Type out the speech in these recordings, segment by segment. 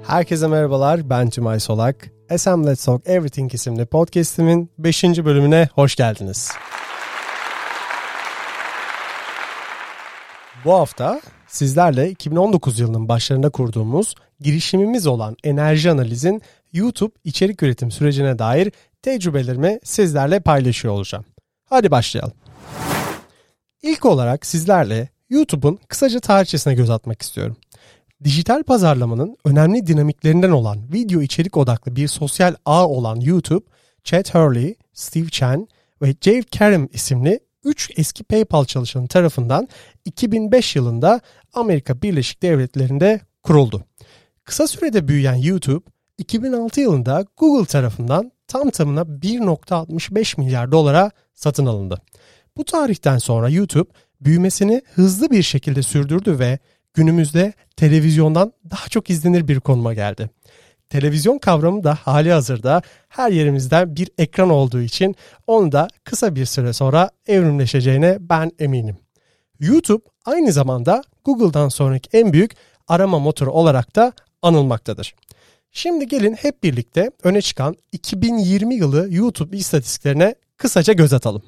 Herkese merhabalar, ben Cumay Solak. SM Let's Talk Everything isimli podcast'imin 5. bölümüne hoş geldiniz. Bu hafta sizlerle 2019 yılının başlarında kurduğumuz girişimimiz olan Enerji Analiz'in YouTube içerik üretim sürecine dair tecrübelerimi sizlerle paylaşıyor olacağım. Hadi başlayalım. İlk olarak sizlerle YouTube'un kısaca tarihçesine göz atmak istiyorum. Dijital pazarlamanın önemli dinamiklerinden olan video içerik odaklı bir sosyal ağ olan YouTube, Chad Hurley, Steve Chen ve Dave Karim isimli 3 eski PayPal çalışanı tarafından 2005 yılında Amerika Birleşik Devletleri'nde kuruldu. Kısa sürede büyüyen YouTube, 2006 yılında Google tarafından tam tamına 1.65 milyar dolara satın alındı. Bu tarihten sonra YouTube büyümesini hızlı bir şekilde sürdürdü ve günümüzde televizyondan daha çok izlenir bir konuma geldi. Televizyon kavramı da hali hazırda her yerimizden bir ekran olduğu için onu da kısa bir süre sonra evrimleşeceğine ben eminim. YouTube aynı zamanda Google'dan sonraki en büyük arama motoru olarak da anılmaktadır. Şimdi gelin hep birlikte öne çıkan 2020 yılı YouTube istatistiklerine kısaca göz atalım.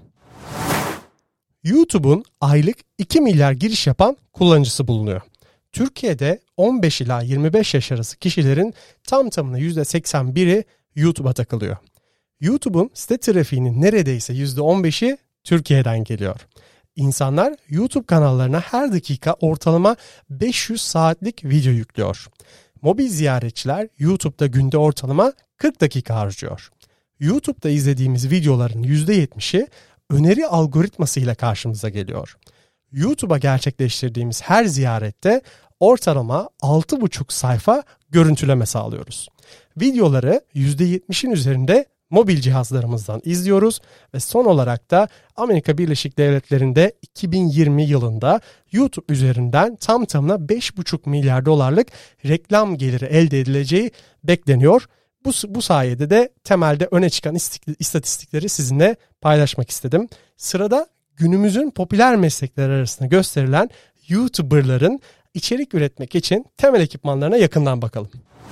YouTube'un aylık 2 milyar giriş yapan kullanıcısı bulunuyor. Türkiye'de 15 ila 25 yaş arası kişilerin tam tamına %81'i YouTube'a takılıyor. YouTube'un site trafiğinin neredeyse %15'i Türkiye'den geliyor. İnsanlar YouTube kanallarına her dakika ortalama 500 saatlik video yüklüyor. Mobil ziyaretçiler YouTube'da günde ortalama 40 dakika harcıyor. YouTube'da izlediğimiz videoların %70'i öneri algoritmasıyla karşımıza geliyor. YouTube'a gerçekleştirdiğimiz her ziyarette ortalama 6,5 sayfa görüntüleme sağlıyoruz. Videoları %70'in üzerinde mobil cihazlarımızdan izliyoruz ve son olarak da Amerika Birleşik Devletleri'nde 2020 yılında YouTube üzerinden tam tamına 5,5 milyar dolarlık reklam geliri elde edileceği bekleniyor. Bu sayede de temelde öne çıkan istatistikleri sizinle paylaşmak istedim. Sırada günümüzün popüler meslekler arasında gösterilen YouTuber'ların içerik üretmek için temel ekipmanlarına yakından bakalım.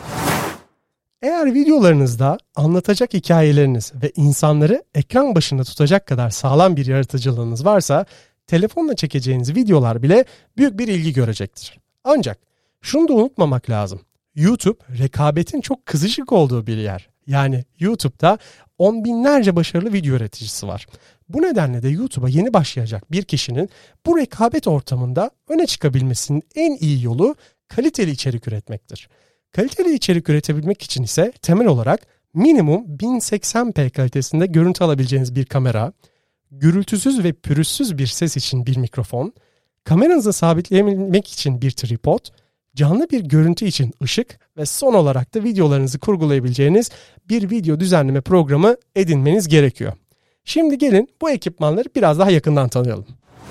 Eğer videolarınızda anlatacak hikayeleriniz ve insanları ekran başında tutacak kadar sağlam bir yaratıcılığınız varsa, telefonla çekeceğiniz videolar bile büyük bir ilgi görecektir. Ancak şunu da unutmamak lazım. YouTube rekabetin çok kızışık olduğu bir yer. Yani YouTube'da on binlerce başarılı video üreticisi var. Bu nedenle de YouTube'a yeni başlayacak bir kişinin bu rekabet ortamında öne çıkabilmesinin en iyi yolu kaliteli içerik üretmektir. Kaliteli içerik üretebilmek için ise temel olarak minimum 1080p kalitesinde görüntü alabileceğiniz bir kamera, gürültüsüz ve pürüzsüz bir ses için bir mikrofon, kameranızı sabitleyebilmek için bir tripod, canlı bir görüntü için ışık ve son olarak da videolarınızı kurgulayabileceğiniz bir video düzenleme programı edinmeniz gerekiyor. Şimdi gelin bu ekipmanları biraz daha yakından tanıyalım.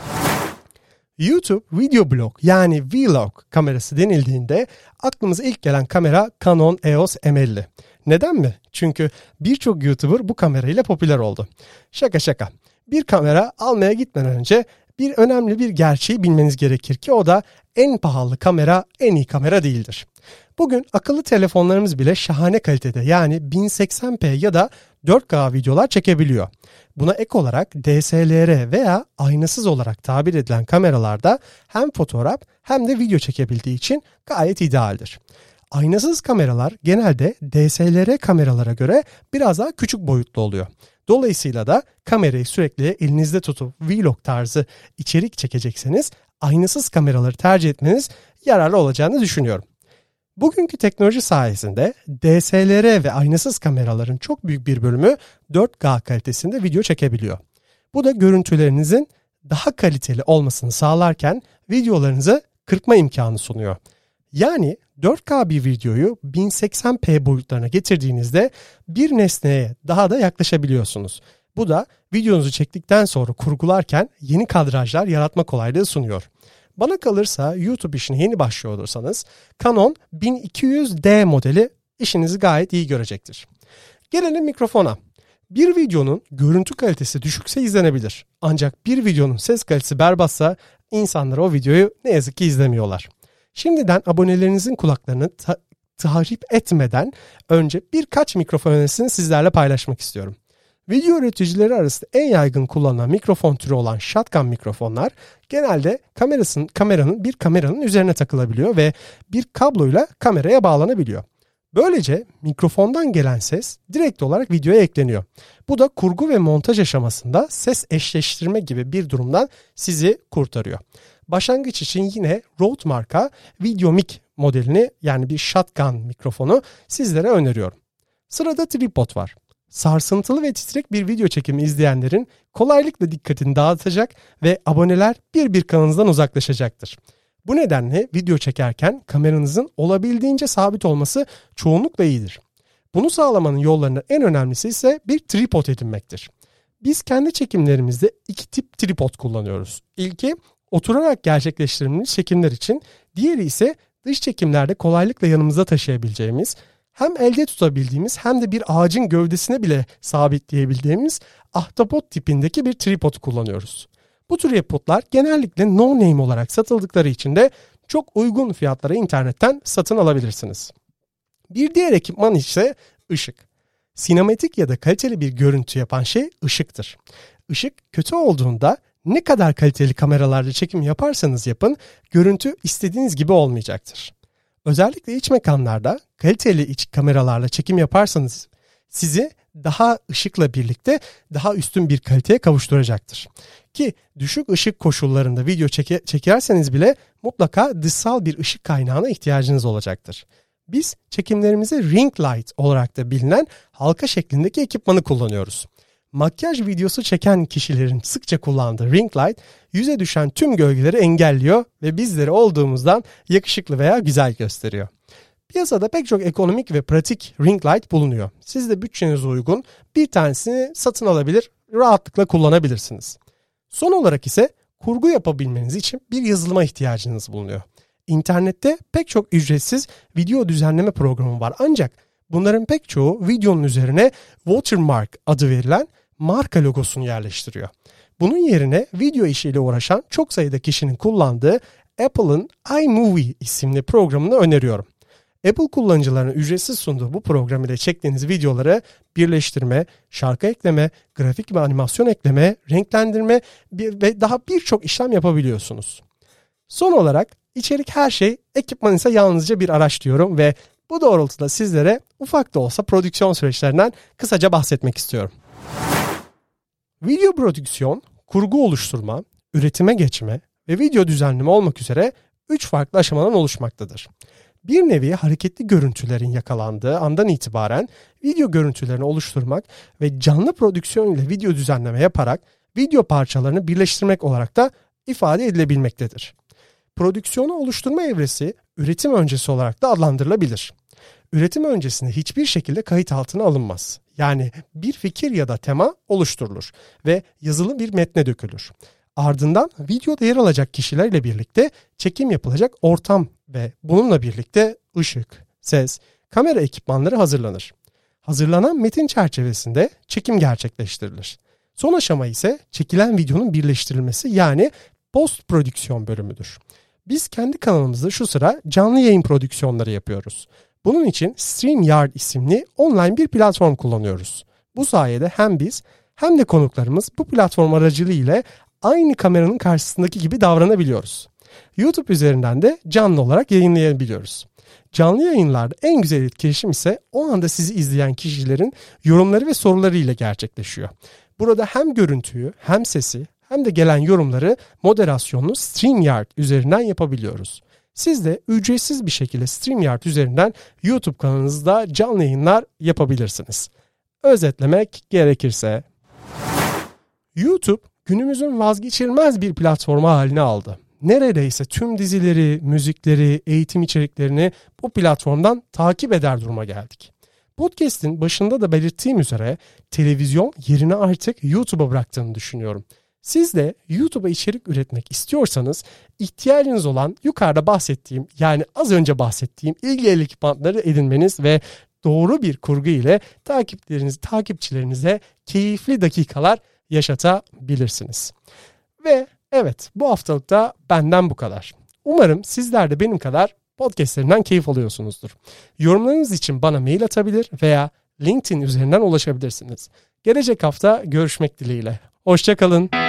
YouTube video blog yani vlog kamerası denildiğinde aklımıza ilk gelen kamera Canon EOS M50. Neden mi? Çünkü birçok YouTuber bu kamerayla popüler oldu. Şaka. Bir kamera almaya gitmeden önce önemli bir gerçeği bilmeniz gerekir ki o da en pahalı kamera en iyi kamera değildir. Bugün akıllı telefonlarımız bile şahane kalitede yani 1080p ya da 4K videolar çekebiliyor. Buna ek olarak DSLR veya aynasız olarak tabir edilen kameralarda hem fotoğraf hem de video çekebildiği için gayet idealdir. Aynasız kameralar genelde DSLR kameralara göre biraz daha küçük boyutlu oluyor. Dolayısıyla da kamerayı sürekli elinizde tutup vlog tarzı içerik çekecekseniz aynasız kameraları tercih etmeniz yararlı olacağını düşünüyorum. Bugünkü teknoloji sayesinde DSLR ve aynasız kameraların çok büyük bir bölümü 4K kalitesinde video çekebiliyor. Bu da görüntülerinizin daha kaliteli olmasını sağlarken videolarınızı kırpma imkanı sunuyor. Yani 4K bir videoyu 1080p boyutlarına getirdiğinizde bir nesneye daha da yaklaşabiliyorsunuz. Bu da videonuzu çektikten sonra kurgularken yeni kadrajlar yaratma kolaylığı sunuyor. Bana kalırsa YouTube işine yeni başlıyor olursanız Canon 1200D modeli işinizi gayet iyi görecektir. Gelelim mikrofona. Bir videonun görüntü kalitesi düşükse izlenebilir. Ancak bir videonun ses kalitesi berbatsa insanlar o videoyu ne yazık ki izlemiyorlar. Şimdiden abonelerinizin kulaklarını tahrip etmeden önce birkaç mikrofon önerisini sizlerle paylaşmak istiyorum. Video üreticileri arasında en yaygın kullanılan mikrofon türü olan shotgun mikrofonlar genelde kameranın üzerine takılabiliyor ve bir kabloyla kameraya bağlanabiliyor. Böylece mikrofondan gelen ses direkt olarak videoya ekleniyor. Bu da kurgu ve montaj aşamasında ses eşleştirme gibi bir durumdan sizi kurtarıyor. Başlangıç için yine Rode marka VideoMic modelini, yani bir shotgun mikrofonu sizlere öneriyorum. Sırada tripod var. Sarsıntılı ve titrek bir video çekimi izleyenlerin kolaylıkla dikkatini dağıtacak ve aboneler bir kanalınızdan uzaklaşacaktır. Bu nedenle video çekerken kameranızın olabildiğince sabit olması çoğunlukla iyidir. Bunu sağlamanın yollarından en önemlisi ise bir tripod edinmektir. Biz kendi çekimlerimizde iki tip tripod kullanıyoruz. İlki oturarak gerçekleştirilmiş çekimler için, diğeri ise dış çekimlerde kolaylıkla yanımızda taşıyabileceğimiz, hem elde tutabildiğimiz hem de bir ağacın gövdesine bile sabitleyebildiğimiz ahtapot tipindeki bir tripod kullanıyoruz. Bu tripodlar genellikle no name olarak satıldıkları için de çok uygun fiyatlara internetten satın alabilirsiniz. Bir diğer ekipman ise ışık. Sinematik ya da kaliteli bir görüntü yapan şey ışıktır. Işık kötü olduğunda ne kadar kaliteli kameralarla çekim yaparsanız yapın, görüntü istediğiniz gibi olmayacaktır. Özellikle iç mekanlarda kaliteli iç kameralarla çekim yaparsanız sizi daha ışıkla birlikte daha üstün bir kaliteye kavuşturacaktır. Ki düşük ışık koşullarında video çekerseniz bile mutlaka dışsal bir ışık kaynağına ihtiyacınız olacaktır. Biz çekimlerimize ring light olarak da bilinen halka şeklindeki ekipmanı kullanıyoruz. Makyaj videosu çeken kişilerin sıkça kullandığı ring light, yüze düşen tüm gölgeleri engelliyor ve bizleri olduğumuzdan yakışıklı veya güzel gösteriyor. Piyasada pek çok ekonomik ve pratik ring light bulunuyor. Siz de bütçenize uygun bir tanesini satın alabilir, rahatlıkla kullanabilirsiniz. Son olarak ise kurgu yapabilmeniz için bir yazılıma ihtiyacınız bulunuyor. İnternette pek çok ücretsiz video düzenleme programı var, ancak bunların pek çoğu videonun üzerine watermark adı verilen marka logosunu yerleştiriyor. Bunun yerine video işiyle uğraşan çok sayıda kişinin kullandığı Apple'ın iMovie isimli programını öneriyorum. Apple kullanıcılarına ücretsiz sunduğu bu program ile çektiğiniz videoları birleştirme, şarkı ekleme, grafik ve animasyon ekleme, renklendirme ve daha birçok işlem yapabiliyorsunuz. Son olarak içerik her şey, ekipman ise yalnızca bir araç diyorum ve bu doğrultuda sizlere ufak da olsa prodüksiyon süreçlerinden kısaca bahsetmek istiyorum. Video prodüksiyon, kurgu oluşturma, üretime geçme ve video düzenleme olmak üzere 3 farklı aşamadan oluşmaktadır. Bir nevi hareketli görüntülerin yakalandığı andan itibaren video görüntülerini oluşturmak ve canlı prodüksiyon ile video düzenleme yaparak video parçalarını birleştirmek olarak da ifade edilebilmektedir. Prodüksiyonu oluşturma evresi üretim öncesi olarak da adlandırılabilir. Üretim öncesinde hiçbir şekilde kayıt altına alınmaz. Yani bir fikir ya da tema oluşturulur ve yazılı bir metne dökülür. Ardından videoda yer alacak kişilerle birlikte çekim yapılacak ortam ve bununla birlikte ışık, ses, kamera ekipmanları hazırlanır. Hazırlanan metin çerçevesinde çekim gerçekleştirilir. Son aşama ise çekilen videonun birleştirilmesi, yani post prodüksiyon bölümüdür. Biz kendi kanalımızda şu sıra canlı yayın prodüksiyonları yapıyoruz. Bunun için StreamYard isimli online bir platform kullanıyoruz. Bu sayede hem biz hem de konuklarımız bu platform aracılığıyla aynı kameranın karşısındaki gibi davranabiliyoruz. YouTube üzerinden de canlı olarak yayınlayabiliyoruz. Canlı yayınlarda en güzel etkileşim ise o anda sizi izleyen kişilerin yorumları ve soruları ile gerçekleşiyor. Burada hem görüntüyü hem sesi hem de gelen yorumları moderasyonlu StreamYard üzerinden yapabiliyoruz. Siz de ücretsiz bir şekilde StreamYard üzerinden YouTube kanalınızda canlı yayınlar yapabilirsiniz. Özetlemek gerekirse, YouTube günümüzün vazgeçilmez bir platformu haline aldı. Neredeyse tüm dizileri, müzikleri, eğitim içeriklerini bu platformdan takip eder duruma geldik. Podcast'in başında da belirttiğim üzere televizyon yerini artık YouTube'a bıraktığını düşünüyorum. Siz de YouTube'a içerik üretmek istiyorsanız ihtiyacınız olan yukarıda bahsettiğim, yani az önce bahsettiğim ilgili ekipmanları edinmeniz ve doğru bir kurgu ile takipçilerinize keyifli dakikalar yaşatabilirsiniz. Ve evet, bu haftalıkta benden bu kadar. Umarım sizler de benim kadar podcastlerinden keyif alıyorsunuzdur. Yorumlarınız için bana mail atabilir veya LinkedIn üzerinden ulaşabilirsiniz. Gelecek hafta görüşmek dileğiyle. Hoşça kalın.